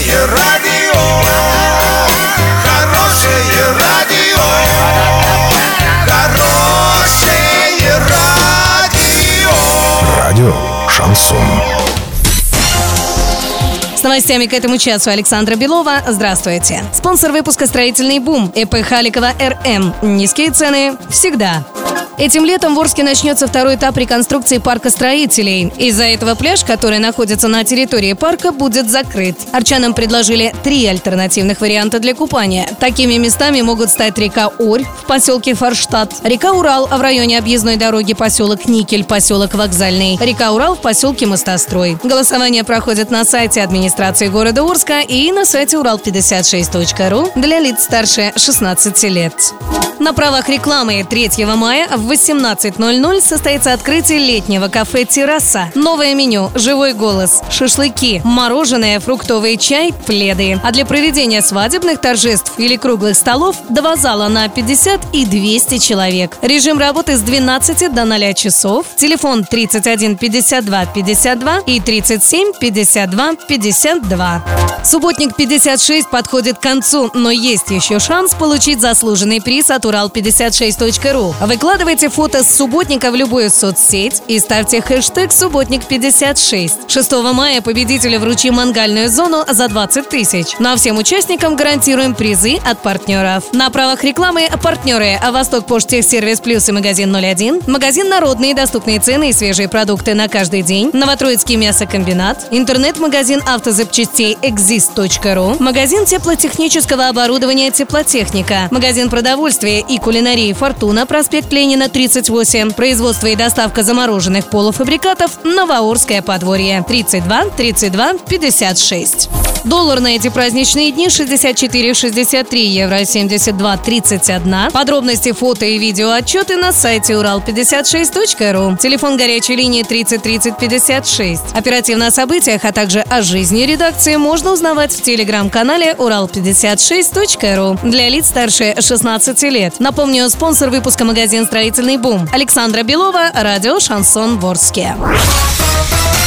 Хорошее радио, хорошее радио, хорошее радио. Радио «Шансон». С новостями к этому часу Александра Белова. Здравствуйте. Спонсор выпуска «Строительный бум» ЭП Халикова РМ. Низкие цены всегда. Этим летом в Орске начнется второй этап реконструкции парка строителей. Из-за этого пляж, который находится на территории парка, будет закрыт. Арчанам предложили 3 альтернативных варианта для купания. Такими местами могут стать река Орь в поселке Форштадт, река Урал в районе объездной дороги поселок Никель, поселок Вокзальный, река Урал в поселке Мостострой. Голосование проходит на сайте администрации города Орска и на сайте урал56.ру для лиц старше 16 лет. На правах рекламы 3 мая в 18:00 состоится открытие летнего кафе «Терраса». Новое меню, живой голос, шашлыки, мороженое, фруктовый чай, пледы. А для проведения свадебных торжеств или круглых столов 2 зала на 50 и 200 человек. Режим работы с 12 до 0 часов. Телефон 31 52 52 и 37 52 52. Субботник 56 подходит к концу, но есть еще шанс получить заслуженный приз от урал56.ру. Выкладывайте фото с субботника в любую соцсеть и ставьте хэштег «Субботник56». 6 мая победителю вручим мангальную зону за 20 000. Ну а всем участникам гарантируем призы от партнеров. На правах рекламы партнеры «Восток Поштехсервис Плюс» и магазин 01, магазин «Народные», доступные цены и свежие продукты на каждый день, Новотроицкий мясокомбинат, интернет-магазин автозапчастей exist.ru, магазин теплотехнического оборудования «Теплотехника», магазин продовольствия и кулинарии «Фортуна», проспект Ленина, 38, производство и доставка замороженных полуфабрикатов «Новоорское подворье», 32 32 56. Доллар на эти праздничные дни 64,63, евро 72,31. Подробности, фото и видео отчеты на сайте урал56.ру. Телефон горячей линии 30 30 56. Оперативно о событиях, а также о жизни редакции можно узнавать в телеграм-канале урал56.ру для лиц старше 16 лет. Напомню, спонсор выпуска магазин «Строительный бум». Александра Белова, радио «Шансон» в Орске.